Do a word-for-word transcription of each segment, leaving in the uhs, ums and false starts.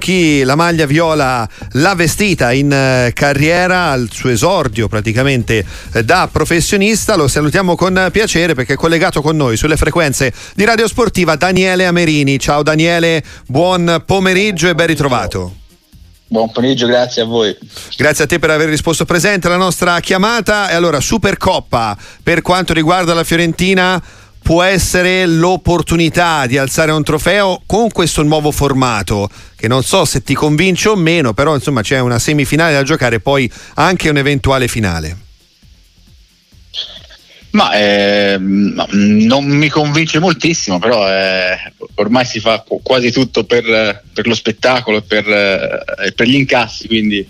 chi la maglia viola l'ha vestita in eh, carriera, al suo esordio praticamente eh, da professionista. Lo salutiamo con piacere perché è collegato con noi sulle frequenze di Radio Sportiva Daniele Amerini. Ciao Daniele, buon pomeriggio e ben ritrovato. Buon pomeriggio, grazie a voi. Grazie a te per aver risposto presente alla nostra chiamata. E allora, Supercoppa per quanto riguarda la Fiorentina può essere l'opportunità di alzare un trofeo con questo nuovo formato che non so se ti convince o meno, però insomma c'è una semifinale da giocare e poi anche un'eventuale finale. Ma eh, non mi convince moltissimo, però eh, ormai si fa quasi tutto per, per lo spettacolo e per, eh, per gli incassi, quindi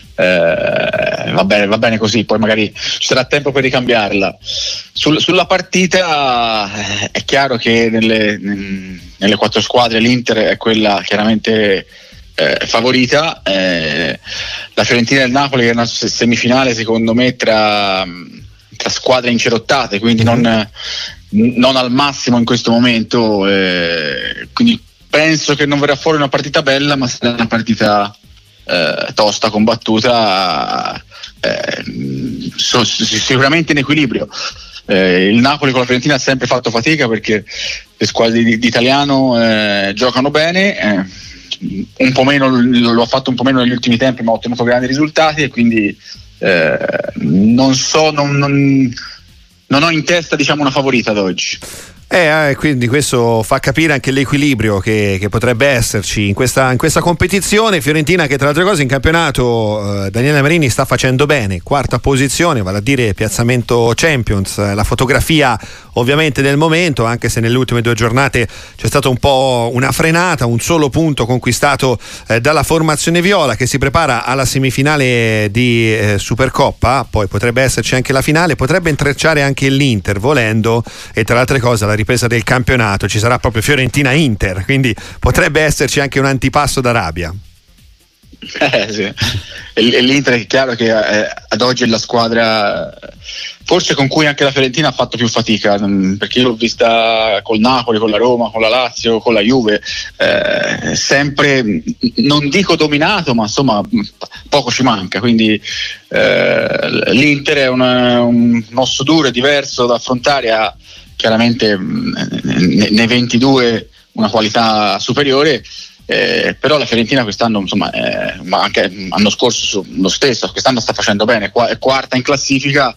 eh, va bene, va bene così, poi magari ci sarà tempo per ricambiarla. Sul, sulla partita eh, è chiaro che nelle, nelle quattro squadre l'Inter è quella chiaramente eh, favorita, eh, la Fiorentina e il Napoli che è una semifinale secondo me tra tra squadre incerottate, quindi non, non al massimo in questo momento, eh, quindi penso che non verrà fuori una partita bella, ma sarà una partita eh, tosta, combattuta, eh, so, sicuramente in equilibrio. Eh, il Napoli con la Fiorentina ha sempre fatto fatica perché le squadre di, di italiano eh, giocano bene, eh, un po' meno, lo ha fatto un po' meno negli ultimi tempi, ma ha ottenuto grandi risultati e quindi Eh, non so, non, non, non ho in testa diciamo una favorita ad oggi. Eh, eh, quindi questo fa capire anche l'equilibrio che, che potrebbe esserci in questa, in questa competizione. Fiorentina che tra le altre cose in campionato eh, Daniele Amerini sta facendo bene, quarta posizione, vale a dire piazzamento Champions, eh, la fotografia ovviamente del momento, anche se nelle ultime due giornate c'è stata un po' una frenata, un solo punto conquistato eh, dalla formazione viola che si prepara alla semifinale di eh, Supercoppa, poi potrebbe esserci anche la finale, potrebbe intrecciare anche l'Inter volendo, e tra le altre cose la ripresa del campionato ci sarà proprio Fiorentina-Inter, quindi potrebbe esserci anche un antipasto d'Arabia. Eh, sì. E l'Inter è chiaro che eh, ad oggi è la squadra forse con cui anche la Fiorentina ha fatto più fatica, perché io l'ho vista col Napoli, con la Roma, con la Lazio, con la Juve, eh, sempre, non dico dominato, ma insomma poco ci manca, quindi eh, l'Inter è una, un osso duro e diverso da affrontare, ha chiaramente nei ventidue una qualità superiore. Eh, però la Fiorentina quest'anno, insomma, eh, ma anche l'anno scorso lo stesso, quest'anno sta facendo bene, è quarta in classifica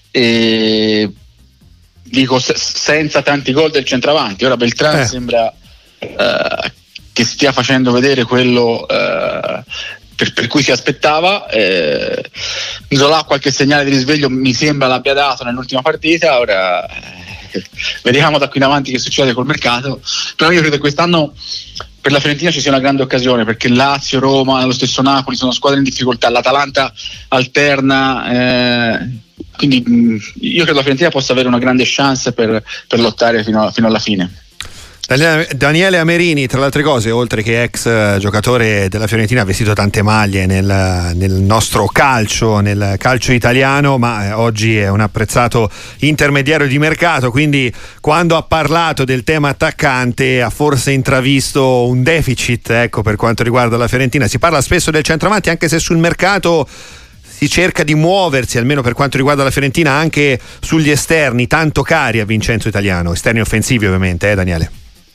e dico se, senza tanti gol del centravanti. Ora Beltrán eh. sembra eh, che stia facendo vedere quello eh, per, per cui si aspettava. eh, Zola qualche segnale di risveglio mi sembra l'abbia dato nell'ultima partita. Ora eh, vediamo da qui in avanti che succede col mercato, però io credo che quest'anno per la Fiorentina ci sia una grande occasione, perché Lazio, Roma, lo stesso Napoli sono squadre in difficoltà, l'Atalanta alterna, eh, quindi mh, io credo la Fiorentina possa avere una grande chance per, per lottare fino, a, fino alla fine. Daniele Amerini, tra le altre cose, oltre che ex giocatore della Fiorentina, ha vestito tante maglie nel, nel nostro calcio, nel calcio italiano, ma oggi è un apprezzato intermediario di mercato, quindi quando ha parlato del tema attaccante ha forse intravisto un deficit, ecco, per quanto riguarda la Fiorentina. Si parla spesso del centravanti, anche se sul mercato si cerca di muoversi, almeno per quanto riguarda la Fiorentina, anche sugli esterni tanto cari a Vincenzo Italiano, esterni offensivi ovviamente, eh Daniele?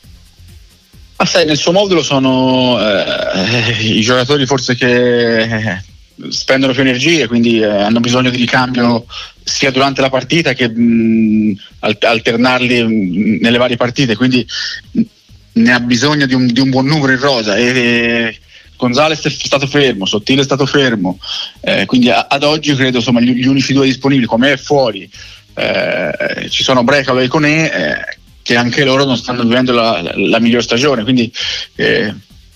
Ah, sai, nel suo modulo sono eh, i giocatori forse che spendono più energie, quindi eh, hanno bisogno di ricambio sia durante la partita che mh, alternarli mh, nelle varie partite, quindi mh, ne ha bisogno di un, di un buon numero in rosa. E, e Gonzalez è stato fermo, Sottile è stato fermo, eh, quindi a, ad oggi credo insomma gli, gli unici due disponibili, come è fuori, eh, ci sono Brecalo e Koné, eh, che anche loro non stanno vivendo la, la, la miglior stagione, quindi eh,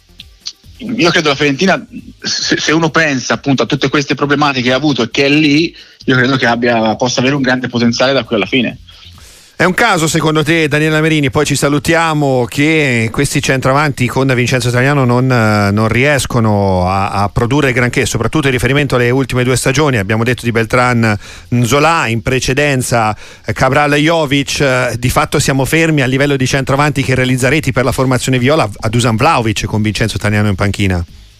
io credo la Fiorentina, se, se uno pensa appunto a tutte queste problematiche che ha avuto e che è lì, io credo che abbia, possa avere un grande potenziale da qui alla fine. È un caso secondo te, Daniele Amerini, poi ci salutiamo, che questi centravanti con Vincenzo Italiano non, non riescono a, a produrre granché, soprattutto in riferimento alle ultime due stagioni? Abbiamo detto di Beltrán, Zola, in precedenza Cabral, Jovic. Di fatto siamo fermi a livello di centravanti che realizza reti per la formazione viola a Dusan Vlahovic con Vincenzo Italiano in panchina.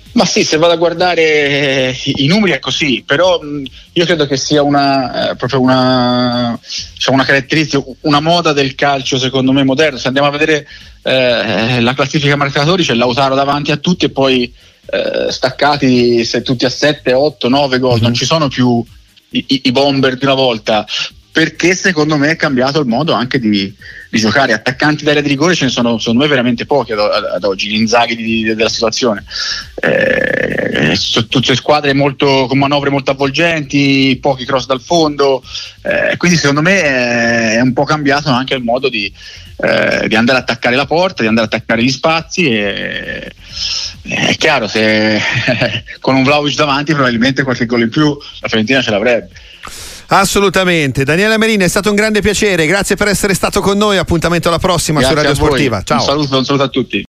Ma sì, se vado a guardare i, i numeri è così, però mh, io credo che sia una eh, proprio una, diciamo una caratteristica, una moda del calcio secondo me moderno. Se andiamo a vedere eh, la classifica marcatori, c'è Lautaro davanti a tutti e poi eh, staccati se tutti a sette, otto, nove gol, mm-hmm. non ci sono più i, i, i bomber di una volta, perché secondo me è cambiato il modo anche di, di giocare. Attaccanti d'area di rigore ce ne sono secondo me veramente pochi ad, ad oggi, gli Inzaghi di, della situazione, eh, sono tutte squadre molto, con manovre molto avvolgenti, pochi cross dal fondo, eh, quindi secondo me è, è un po' cambiato anche il modo di, eh, di andare a attaccare la porta, di andare a attaccare gli spazi, e è chiaro, se con un Vlahovic davanti probabilmente qualche gol in più la Fiorentina ce l'avrebbe. Assolutamente. Daniele Amerini, è stato un grande piacere, grazie per essere stato con noi, appuntamento alla prossima. Grazie su Radio Sportiva. Ciao. Un saluto, un saluto a tutti.